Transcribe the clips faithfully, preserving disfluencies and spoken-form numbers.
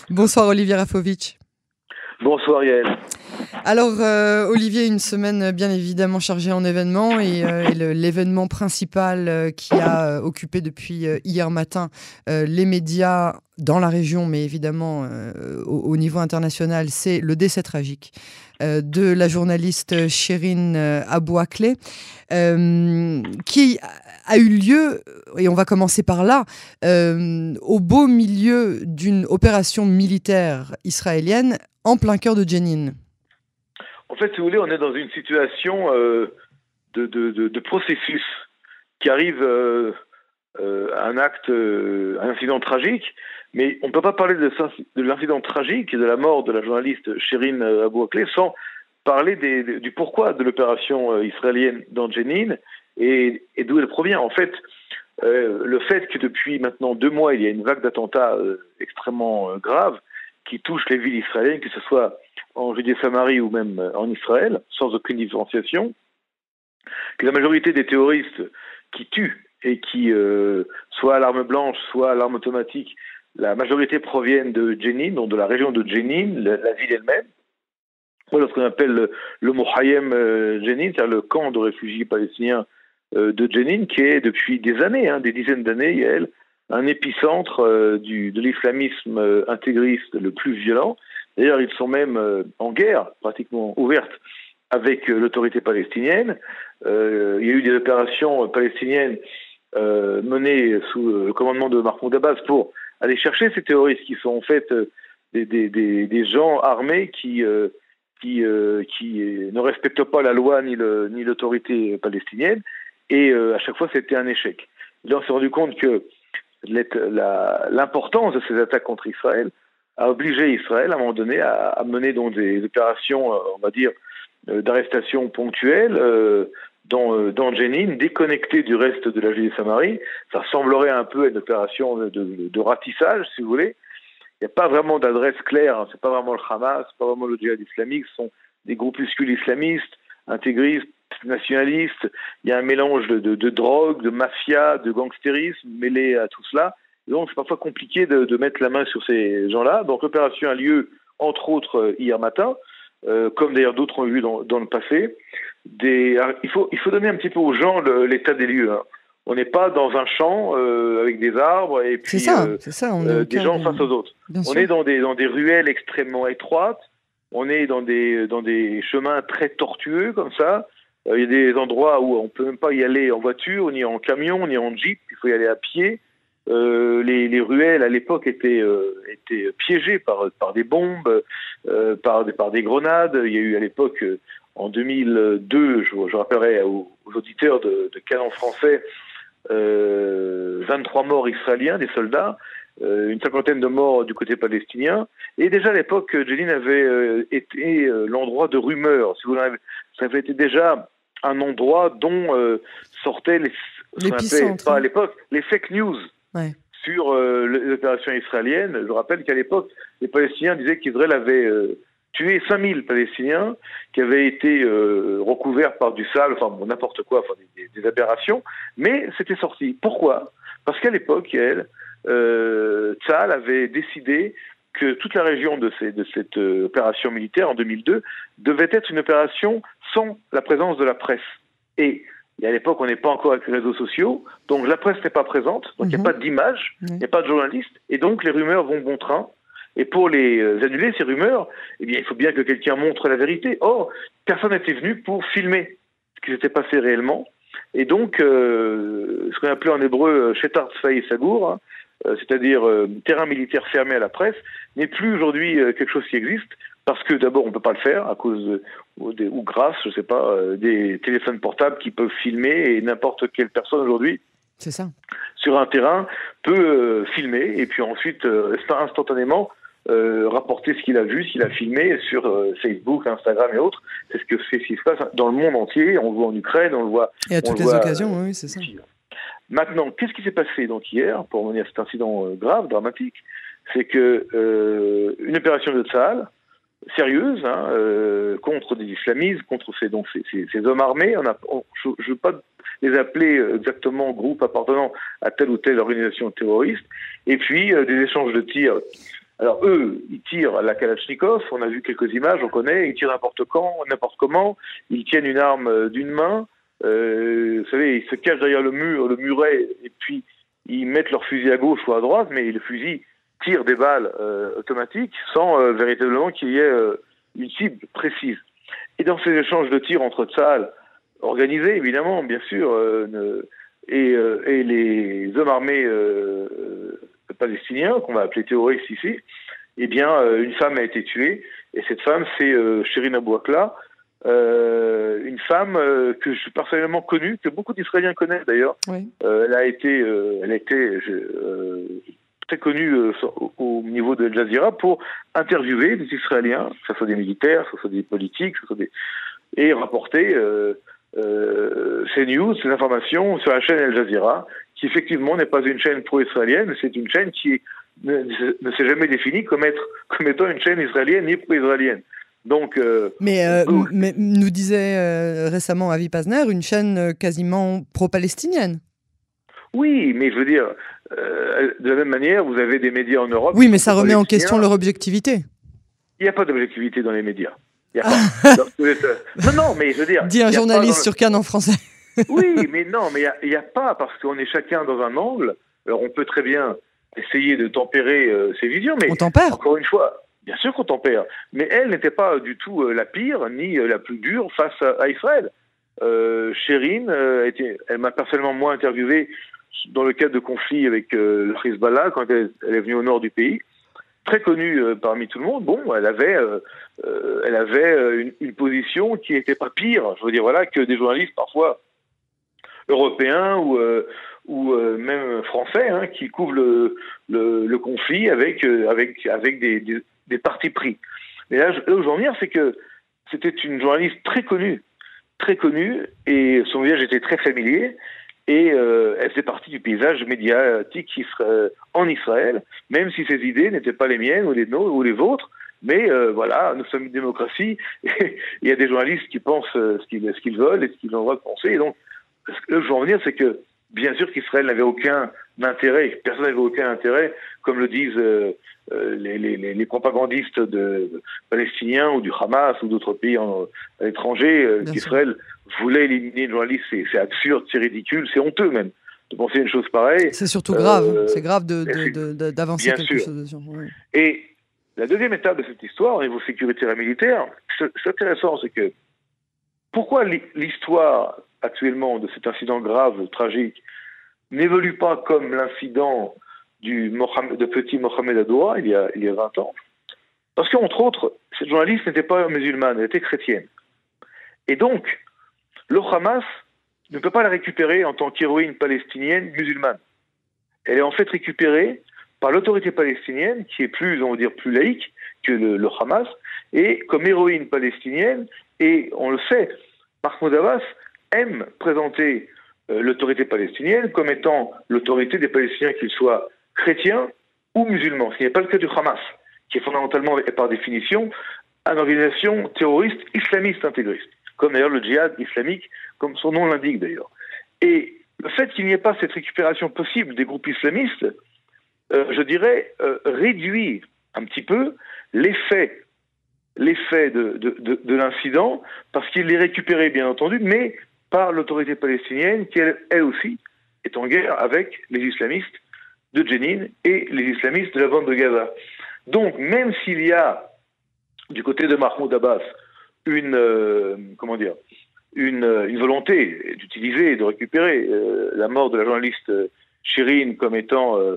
Bonsoir Olivier Rafovitch. Bonsoir Yael. Alors euh, Olivier, une semaine bien évidemment chargée en événements et, euh, et le, l'événement principal euh, qui a euh, occupé depuis euh, hier matin euh, les médias dans la région, mais évidemment euh, au, au niveau international, c'est le décès tragique euh, de la journaliste Chérine euh, Abou Akleh, euh, qui a eu lieu, et on va commencer par là, euh, au beau milieu d'une opération militaire israélienne en plein cœur de Jenin. En fait, si vous voulez, on est dans une situation euh, de, de, de, de processus qui arrive euh, euh, à un acte, euh, un incident tragique, mais on ne peut pas parler de, de l'incident tragique et de la mort de la journaliste Chérine Abou Akleh sans parler des, des, du pourquoi de l'opération euh, israélienne dans Jenin et, et d'où elle provient. En fait, euh, le fait que depuis maintenant deux mois, il y a une vague d'attentats euh, extrêmement euh, graves qui touchent les villes israéliennes, que ce soit en Judée-Samarie ou même en Israël, sans aucune différenciation, que la majorité des terroristes qui tuent et qui, euh, soit à l'arme blanche, soit à l'arme automatique, la majorité proviennent de Jenin, donc de la région de Jenin, la, la ville elle-même, ou ce qu'on appelle le, le Mohaïem euh, Jenin, c'est-à-dire le camp de réfugiés palestiniens euh, de Jenin, qui est depuis des années, hein, des dizaines d'années, il y a elle, un épicentre euh, du, de l'islamisme euh, intégriste le plus violent. D'ailleurs, ils sont même euh, en guerre pratiquement ouverte avec euh, l'autorité palestinienne. Euh, il y a eu des opérations palestiniennes euh, menées sous le commandement de Mahmoud Abbas pour aller chercher ces terroristes qui sont en fait euh, des, des, des, des gens armés qui, euh, qui, euh, qui ne respectent pas la loi ni, le, ni l'autorité palestinienne. Et euh, à chaque fois, c'était un échec. Là, on s'est rendu compte que La, l'importance de ces attaques contre Israël a obligé Israël à un moment donné à, à mener donc des opérations, on va dire, d'arrestation ponctuelle euh, dans, dans Jenin, déconnectée du reste de la Judée-Samarie. Ça ressemblerait un peu à une opération de, de, de ratissage, si vous voulez. Il n'y a pas vraiment d'adresse claire, hein. C'est pas vraiment le Hamas, c'est pas vraiment le djihad islamique, ce sont des groupuscules islamistes, intégristes, nationalistes. Il y a un mélange de, de, de drogue, de mafia, de gangstérisme mêlé à tout cela. Et donc c'est parfois compliqué de, de mettre la main sur ces gens-là. Donc l'opération a lieu, entre autres, hier matin, euh, comme d'ailleurs d'autres ont eu dans, dans le passé. Des, il, faut, il faut donner un petit peu aux gens le, l'état des lieux, hein. On n'est pas dans un champ euh, avec des arbres et puis c'est ça, euh, c'est ça, on euh, est des gens de... face aux autres. Bien on sûr. est dans des, dans des ruelles extrêmement étroites, on est dans des, dans des chemins très tortueux comme ça. Il euh, y a des endroits où on ne peut même pas y aller en voiture, ni en camion, ni en jeep, il faut y aller à pied. Euh, les, les ruelles à l'époque étaient, euh, étaient piégées par, par des bombes, euh, par, des, par des grenades. Il y a eu à l'époque, euh, en deux mille deux, je, je rappellerai aux, aux auditeurs de, de Canon français, euh, vingt-trois morts israéliens, des soldats, euh, une cinquantaine de morts du côté palestinien. Et déjà à l'époque, Jenin avait euh, été euh, l'endroit de rumeurs. Si vous l'avez, ça avait été déjà un endroit dont euh, sortaient les, ce qu'on appelait, pas à l'époque, les fake news. Ouais. Sur euh, les opérations israéliennes. Je rappelle qu'à l'époque, les Palestiniens disaient qu'Israël avait euh, tué cinq mille Palestiniens qui avaient été euh, recouverts par du sale, enfin bon, n'importe quoi, enfin des, des, des aberrations, mais c'était sorti. Pourquoi ? Parce qu'à l'époque, elle, euh, Tzahal avait décidé que toute la région de, ces, de cette euh, opération militaire en deux mille deux devait être une opération sans la présence de la presse. Et et à l'époque, on n'est pas encore avec les réseaux sociaux, donc la presse n'est pas présente, donc il n'y a pas d'image, il n'y a pas de journalistes, et donc les rumeurs vont bon train. Et pour les annuler, ces rumeurs, eh bien, il faut bien que quelqu'un montre la vérité. Or, personne n'était venu pour filmer ce qui s'était passé réellement. Et donc, euh, ce qu'on appelait en hébreu Shetar Tzfaï Sagour, hein, euh, c'est-à-dire euh, terrain militaire fermé à la presse, n'est plus aujourd'hui euh, quelque chose qui existe, parce que d'abord, on ne peut pas le faire à cause de, ou, des, ou grâce, je sais pas, euh, des téléphones portables qui peuvent filmer, et n'importe quelle personne aujourd'hui, c'est ça, sur un terrain, peut euh, filmer, et puis ensuite, euh, instantanément, euh, rapporter ce qu'il a vu, ce qu'il a filmé sur euh, Facebook, Instagram et autres. C'est ce que c'est ce qui se passe dans le monde entier. On le voit en Ukraine, on le voit... Et à toutes les voit, occasions, euh, oui, c'est ça. Maintenant, qu'est-ce qui s'est passé donc hier, pour revenir à cet incident euh, grave, dramatique, c'est que euh, une opération de Tzahal, sérieuse, hein, euh, contre des islamistes, contre ces, donc, ces, ces, ces hommes armés. On a, on, je ne veux pas les appeler exactement groupes appartenant à telle ou telle organisation terroriste. Et puis, euh, des échanges de tirs Alors eux, ils tirent à la Kalachnikov, on a vu quelques images, on connaît, ils tirent n'importe quand, n'importe comment, ils tiennent une arme d'une main, euh, vous savez, ils se cachent derrière le mur, le muret, et puis ils mettent leur fusil à gauche ou à droite, mais le fusil tire des balles euh, automatiques sans euh, véritablement qu'il y ait euh, une cible précise. Et dans ces échanges de tirs entre Tsahal, organisés évidemment, bien sûr, euh, ne, et, euh, et les hommes armés euh, palestiniens, qu'on va appeler terroristes ici, eh bien, euh, une femme a été tuée, et cette femme, c'est euh, Shirin Abu Akleh, euh, une femme euh, que je suis personnellement connue, que beaucoup d'Israéliens connaissent d'ailleurs. Oui. Euh, elle a été, euh, elle a été je, euh, très connue euh, au, au niveau de Al Jazeera pour interviewer des Israéliens, que ce soit des militaires, que ce soit des politiques, que ce soit des... et rapporter euh, euh, ces news, ces informations sur la chaîne Al Jazeera, qui effectivement n'est pas une chaîne pro-israélienne, c'est une chaîne qui ne, ne s'est jamais définie comme, être, comme étant une chaîne israélienne ni pro-israélienne. Donc, euh, mais, euh, peut... mais nous disait euh, récemment Avi Pazner, une chaîne quasiment pro-palestinienne. Oui, mais je veux dire, euh, de la même manière, vous avez des médias en Europe... Oui, mais ça remet en question leur objectivité. Il n'y a pas d'objectivité dans les médias. Il y a pas. Donc, non, non, mais je veux dire... Dit un journaliste sur Cannes en français. Oui, mais non, mais il n'y a, a pas, parce qu'on est chacun dans un angle. Alors, on peut très bien essayer de tempérer euh, ses visions, mais... On tempère. Encore une fois... Bien sûr qu'on tempère, mais elle n'était pas du tout euh, la pire ni euh, la plus dure face à, à Israël. Euh, Shirin, euh, était, elle m'a personnellement moins interviewé dans le cadre de conflits avec euh, le Hezbollah quand elle, elle est venue au nord du pays. Très connue euh, parmi tout le monde. Bon, elle avait, euh, euh, elle avait une, une position qui n'était pas pire. Je veux dire voilà que des journalistes parfois européens ou euh, ou euh, même français hein, qui couvrent le, le, le conflit avec euh, avec avec des, des des partis pris. Mais là, là où j'en viens, c'est que c'était une journaliste très connue, très connue, et son visage était très familier, et euh, elle faisait partie du paysage médiatique euh, en Israël, même si ses idées n'étaient pas les miennes ou les nôtres ou les vôtres. Mais euh, voilà, nous sommes une démocratie, et il y a des journalistes qui pensent euh, ce qu'ils ce qu'ils veulent et ce qu'ils ont le droit de penser. Et donc, là où je veux en venir, c'est que bien sûr qu'Israël n'avait aucun intérêt, personne n'avait aucun intérêt, comme le disent euh, euh, les, les, les propagandistes de, de palestiniens ou du Hamas ou d'autres pays en, à l'étranger, euh, qu'Israël voulait éliminer une journaliste. C'est, c'est absurde, c'est ridicule, c'est honteux même de penser une chose pareille. C'est surtout grave, euh, c'est grave de, de, de, de, d'avancer quelque sûr. chose. Oui. Et la deuxième étape de cette histoire, au niveau sécuritaire et militaire, c'est intéressant, c'est que pourquoi l'histoire actuellement de cet incident grave, tragique, n'évolue pas comme l'incident du Mohamed, de petit Mohamed Adoua il y a, il y a vingt ans. Parce qu'entre autres, cette journaliste n'était pas musulmane, elle était chrétienne. Et donc, le Hamas ne peut pas la récupérer en tant qu'héroïne palestinienne musulmane. Elle est en fait récupérée par l'autorité palestinienne, qui est plus, on va dire, plus laïque que le, le Hamas, et comme héroïne palestinienne, et on le sait, Mahmoud Abbas aime présenter euh, l'autorité palestinienne comme étant l'autorité des Palestiniens, qu'ils soient chrétiens ou musulmans, ce qui n'est pas le cas du Hamas, qui est fondamentalement et par définition une organisation terroriste islamiste intégriste, comme d'ailleurs le djihad islamique, comme son nom l'indique d'ailleurs. Et le fait qu'il n'y ait pas cette récupération possible des groupes islamistes, euh, je dirais, euh, réduit un petit peu l'effet, l'effet de, de, de, de l'incident, parce qu'il est récupéré, bien entendu, mais par l'autorité palestinienne, qui elle, elle aussi est en guerre avec les islamistes de Jenin et les islamistes de la bande de Gaza. Donc, même s'il y a, du côté de Mahmoud Abbas, une, euh, comment dire, une, une volonté d'utiliser et de récupérer euh, la mort de la journaliste Shirin comme étant euh,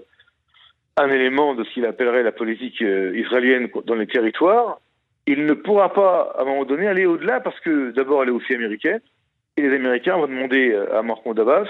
un élément de ce qu'il appellerait la politique euh, israélienne dans les territoires, il ne pourra pas, à un moment donné, aller au-delà, parce que, d'abord, elle est aussi américaine, et les Américains vont demander à Mahmoud Abbas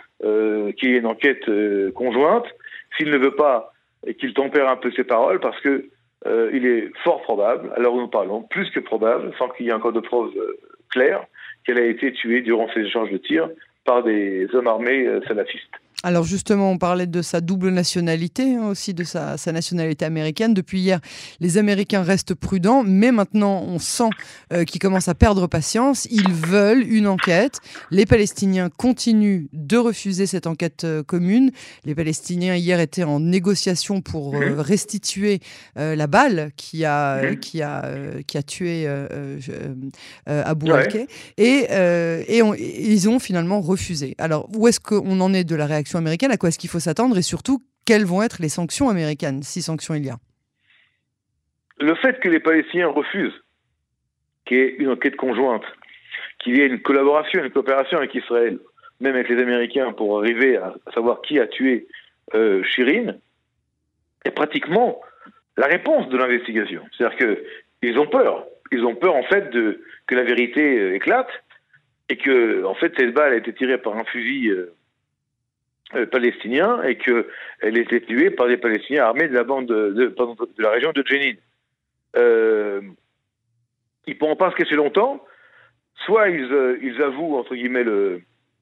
euh, qu'il y ait une enquête euh, conjointe, s'il ne veut pas, et qu'il tempère un peu ses paroles, parce que euh, il est fort probable, alors nous parlons, plus que probable, sans qu'il y ait encore de preuves euh, claires, qu'elle a été tuée durant ces échanges de tirs par des hommes armés euh, salafistes. Alors justement, on parlait de sa double nationalité, hein, aussi de sa, sa nationalité américaine. Depuis hier, les Américains restent prudents, mais maintenant, on sent euh, qu'ils commencent à perdre patience. Ils veulent une enquête. Les Palestiniens continuent de refuser cette enquête euh, commune. Les Palestiniens, hier, étaient en négociation pour euh, restituer euh, la balle qui a, euh, qui a, euh, qui a tué euh, euh, Abou Ouais. Alke. Et, euh, et, on, et ils ont finalement refusé. Alors, où est-ce qu'on en est de la réaction américaine? À quoi est-ce qu'il faut s'attendre? Et surtout, quelles vont être les sanctions américaines, si sanctions il y a? Le fait que les Palestiniens refusent qu'il y ait une enquête conjointe, qu'il y ait une collaboration, une coopération avec Israël, même avec les Américains, pour arriver à savoir qui a tué euh, Shirin, est pratiquement la réponse de l'investigation. C'est-à-dire qu'ils ont peur. Ils ont peur, en fait, de, que la vérité éclate et que, en fait, cette balle a été tirée par un fusil euh, euh, palestinien et qu'elle a été tuée par des Palestiniens armés de la bande de, de, de la région de Jenin. Euh, ils ne pourront pas se cacher longtemps. Soit ils, euh, ils avouent, entre guillemets, le...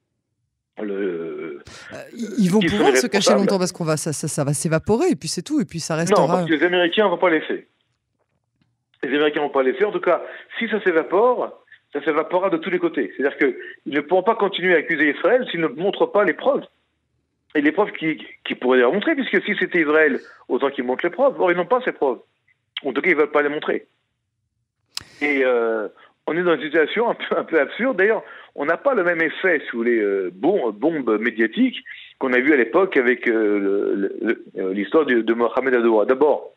le euh, ils vont pouvoir se cacher longtemps parce qu'on va, ça, ça, ça va s'évaporer et puis c'est tout. Et puis ça restera... Non, parce que les Américains ne vont pas laisser. Les Américains ne vont pas laisser. En tout cas, si ça s'évapore, ça s'évaporera de tous les côtés. C'est-à-dire qu'ils ne pourront pas continuer à accuser Israël s'ils ne montrent pas les preuves. Et les preuves qui, qui pourraient les montrer, puisque si c'était Israël, autant qu'ils montrent les preuves. Or, ils n'ont pas ces preuves. En tout cas, ils ne veulent pas les montrer. Et euh, on est dans une situation un peu, un peu absurde. D'ailleurs, on n'a pas le même effet, si vous voulez, euh, bon, bombe médiatique qu'on a vu à l'époque avec euh, le, le, l'histoire de, de Mohamed Adoua. D'abord,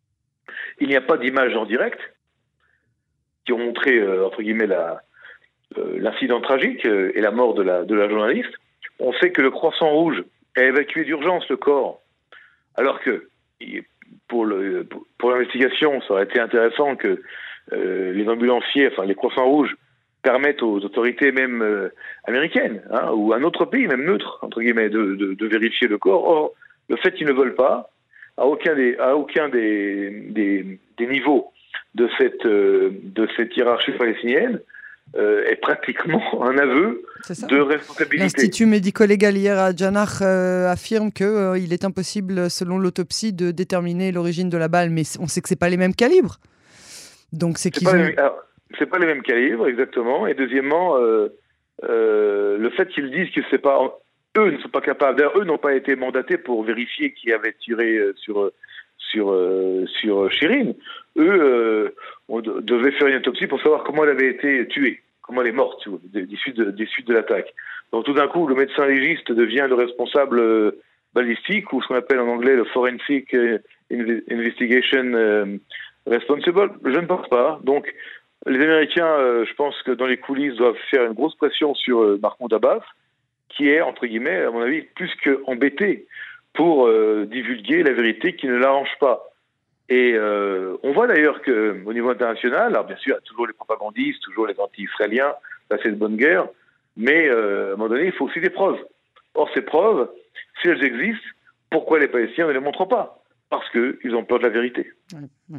il n'y a pas d'images en direct qui ont montré, euh, entre guillemets, la, euh, l'incident tragique euh, et la mort de la, de la journaliste. On sait que le Croissant Rouge a évacué d'urgence le corps, alors que pour, le, pour l'investigation, ça aurait été intéressant que euh, les ambulanciers, enfin les Croissants Rouges, permettent aux autorités même euh, américaines, hein, ou un autre pays, même neutre, entre guillemets, de, de, de vérifier le corps. Or, le fait qu'ils ne veulent pas, à aucun des, à aucun des, des, des niveaux de cette, euh, de cette hiérarchie palestinienne, Euh, est pratiquement un aveu de responsabilité. L'Institut médico-légal hier à Janach euh, affirme qu'il euh, est impossible, selon l'autopsie, de déterminer l'origine de la balle, mais on sait que c'est pas les mêmes calibres. Donc c'est, c'est qu'ils pas ont... les, alors, c'est pas les mêmes calibres, exactement. Et deuxièmement, euh, euh, le fait qu'ils disent que c'est pas, eux ne sont pas capables. D'ailleurs, eux n'ont pas été mandatés pour vérifier qui avait tiré sur sur euh, sur Shirin. Eux, euh, on devait faire une autopsie pour savoir comment elle avait été tuée, comment elle est morte, des suites de, des suites de l'attaque. Donc tout d'un coup, le médecin légiste devient le responsable euh, balistique, ou ce qu'on appelle en anglais le forensic euh, investigation euh, responsible. Je ne pense pas. Donc les Américains, euh, je pense que dans les coulisses, doivent faire une grosse pression sur euh, Mahmoud Abbas, qui est, entre guillemets, à mon avis, plus qu'embêté pour euh, divulguer la vérité qui ne l'arrange pas. Et euh, on voit d'ailleurs qu'au niveau international, alors bien sûr, il y a toujours les propagandistes, toujours les anti-israéliens, ça c'est de bonne guerre, mais euh, à un moment donné, il faut aussi des preuves. Or, ces preuves, si elles existent, pourquoi les Palestiniens ne les montrent pas? Parce qu'ils ont peur de la vérité. Ouais, ouais.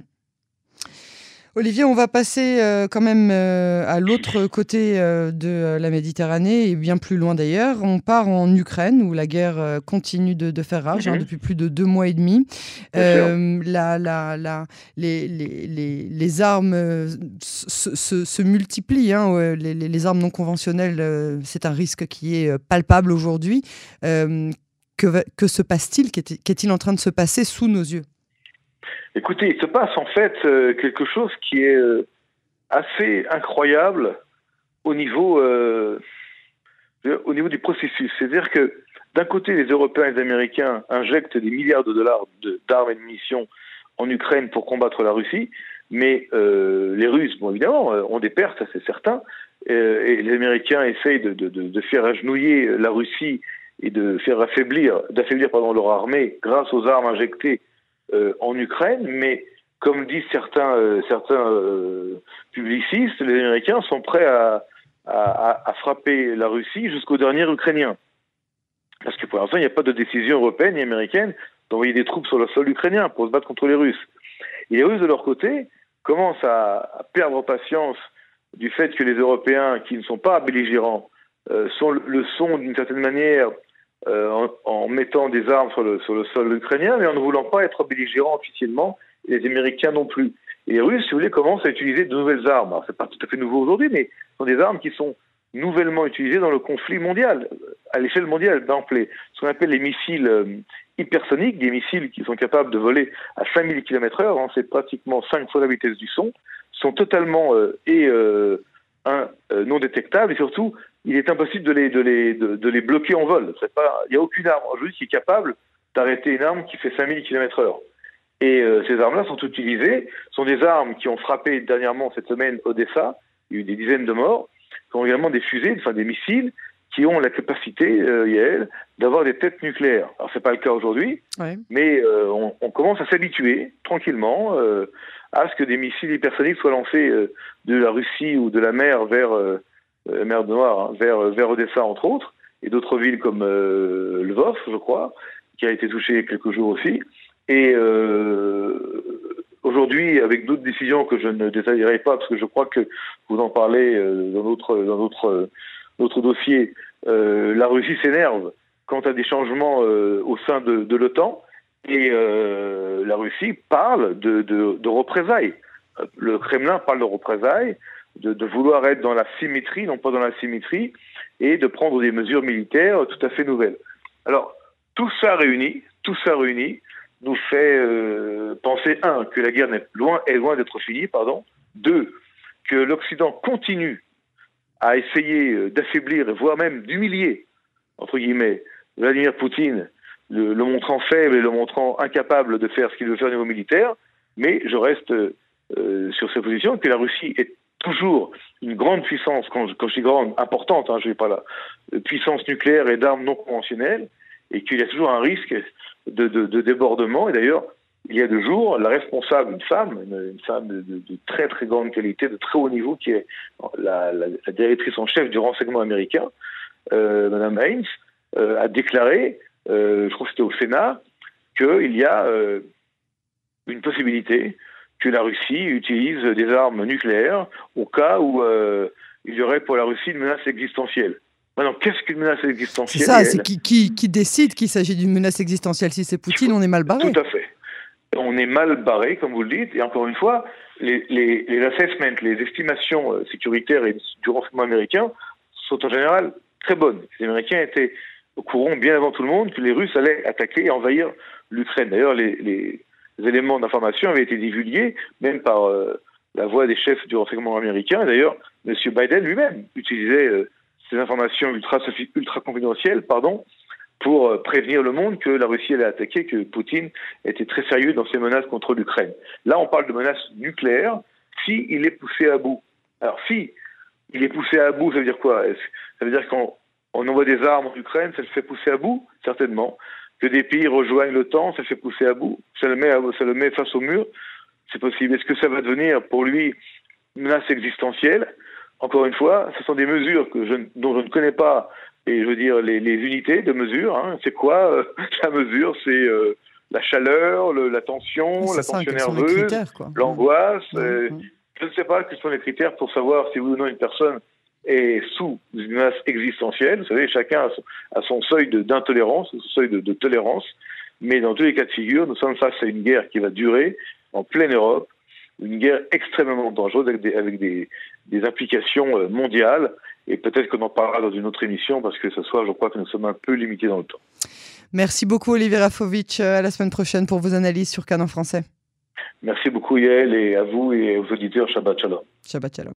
Olivier, on va passer euh, quand même euh, à l'autre côté euh, de la Méditerranée et bien plus loin d'ailleurs. On part en Ukraine où la guerre euh, continue de, de faire rage, mm-hmm. hein, depuis plus de deux mois et demi. Euh, la, la, la, les, les, les, les armes euh, se, se, se multiplient. Hein, les, les armes non conventionnelles, euh, c'est un risque qui est palpable aujourd'hui. Euh, que, que se passe-t-il? Qu'est, qu'est-il en train de se passer sous nos yeux? Écoutez, il se passe en fait euh, quelque chose qui est euh, assez incroyable au niveau, euh, au niveau du processus. C'est-à-dire que d'un côté, les Européens et les Américains injectent des milliards de dollars de, d'armes et de munitions en Ukraine pour combattre la Russie, mais euh, les Russes, bon évidemment, ont des pertes, ça c'est certain, euh, et les Américains essayent de, de, de, de faire agenouiller la Russie et de faire affaiblir, d'affaiblir pardon, leur armée grâce aux armes injectées Euh, en Ukraine, mais comme disent certains, euh, certains euh, publicistes, les Américains sont prêts à, à, à frapper la Russie jusqu'au dernier Ukrainien. Parce que pour l'instant, il n'y a pas de décision européenne et américaine d'envoyer des troupes sur le sol ukrainien pour se battre contre les Russes. Et les Russes, de leur côté, commencent à, à perdre patience du fait que les Européens, qui ne sont pas belligérants, euh, sont, le sont d'une certaine manière euh, en, en mettant des armes sur le, sur le sol ukrainien, mais en ne voulant pas être belligérants officiellement, et les Américains non plus. Et les Russes, si vous voulez, commencent à utiliser de nouvelles armes. Alors, c'est pas tout à fait nouveau aujourd'hui, mais ce sont des armes qui sont nouvellement utilisées dans le conflit mondial, à l'échelle mondiale, d'ampleur. Ce qu'on appelle les missiles euh, hypersoniques, des missiles qui sont capables de voler à cinq mille kilomètres heure, hein, c'est pratiquement cinq fois la vitesse du son, sont totalement euh, et euh, un, euh, non détectables, et surtout, il est impossible de les, de les, de, de les bloquer en vol. C'est pas, il n'y a aucune arme aujourd'hui qui est capable d'arrêter une arme qui fait cinq mille kilomètres heure. Et euh, ces armes-là sont utilisées, sont des armes qui ont frappé dernièrement cette semaine Odessa, il y a eu des dizaines de morts, sont également des fusées, enfin des missiles, qui ont la capacité, euh, Yael, d'avoir des têtes nucléaires. Alors c'est pas le cas aujourd'hui, ouais. mais euh, on, on commence à s'habituer tranquillement euh, à ce que des missiles hypersoniques soient lancés euh, de la Russie ou de la mer vers euh, la mer Noire, hein, vers, vers Odessa entre autres, et d'autres villes comme euh, Lvov, je crois, qui a été touché il y a quelques jours aussi. Et euh, aujourd'hui, avec d'autres décisions que je ne détaillerai pas, parce que je crois que vous en parlez euh, dans notre dans notre euh, notre dossier, euh, la Russie s'énerve quant à des changements euh, au sein de, de l'OTAN, et euh, la Russie parle de, de, de représailles. Le Kremlin parle de représailles, de, de vouloir être dans la symétrie, non pas dans la symétrie, et de prendre des mesures militaires tout à fait nouvelles. Alors, tout ça réuni, tout ça réuni, nous fait euh, penser, un, que la guerre est loin, est loin d'être finie, pardon, deux, que l'Occident continue à essayer d'affaiblir, voire même d'humilier, entre guillemets, Vladimir Poutine, le, le montrant faible et le montrant incapable de faire ce qu'il veut faire au niveau militaire, mais je reste euh, sur cette position que la Russie est toujours une grande puissance, quand je, quand je dis grande, importante, hein, je ne vais pas là, puissance nucléaire et d'armes non conventionnelles, et qu'il y a toujours un risque de, de, de débordement. Et d'ailleurs, il y a deux jours, la responsable, une femme, une, une femme de, de, de très très grande qualité, de très haut niveau, qui est la, la, la directrice en chef du renseignement américain, euh, Madame Haynes, euh, a déclaré, euh, je crois que c'était au Sénat, qu'il y a euh, une possibilité que la Russie utilise des armes nucléaires au cas où euh, il y aurait pour la Russie une menace existentielle. Maintenant, qu'est-ce qu'une menace existentielle? C'est ça, c'est qui, qui, qui décide qu'il s'agit d'une menace existentielle. Si c'est Poutine, on est mal barré. Tout à fait. On est mal barré, comme vous le dites, et encore une fois, les, les, les assessments, les estimations sécuritaires et du renseignement américain sont en général très bonnes. Les Américains étaient au courant bien avant tout le monde que les Russes allaient attaquer et envahir l'Ukraine. D'ailleurs, les, les éléments d'information avaient été divulgués, même par euh, la voix des chefs du renseignement américain. Et d'ailleurs, M. Biden lui-même utilisait euh, ces informations ultra, ultra confidentielles, pardon, pour prévenir le monde que la Russie allait attaquer, que Poutine était très sérieux dans ses menaces contre l'Ukraine. Là, on parle de menaces nucléaires si il est poussé à bout. Alors, si il est poussé à bout, ça veut dire quoi? Ça veut dire qu'on on envoie des armes en Ukraine, ça le fait pousser à bout? Certainement. Que des pays rejoignent l'OTAN, ça le fait pousser à bout? Ça le met, à, ça le met face au mur? C'est possible. Est-ce que ça va devenir, pour lui, une menace existentielle? Encore une fois, ce sont des mesures que je, dont je ne connais pas, et je veux dire les, les unités de mesure. Hein. C'est quoi euh, la mesure? C'est euh, la chaleur, le, la tension, la ça, tension nerveuse, l'angoisse. Mmh. Euh, mmh. Je ne sais pas quels sont les critères pour savoir si oui ou non une personne est sous une menace existentielle. Vous savez, chacun a son, a son seuil de, d'intolérance, son seuil de, de tolérance. Mais dans tous les cas de figure, nous sommes face à une guerre qui va durer en pleine Europe. Une guerre extrêmement dangereuse avec des, avec des, des implications mondiales. Et peut-être qu'on en parlera dans une autre émission parce que ce soir, je crois que nous sommes un peu limités dans le temps. Merci beaucoup, Olivier Rafovitch. À la semaine prochaine pour vos analyses sur Canon Français. Merci beaucoup, Yael, et à vous et aux auditeurs. Shabbat Shalom. Shabbat Shalom.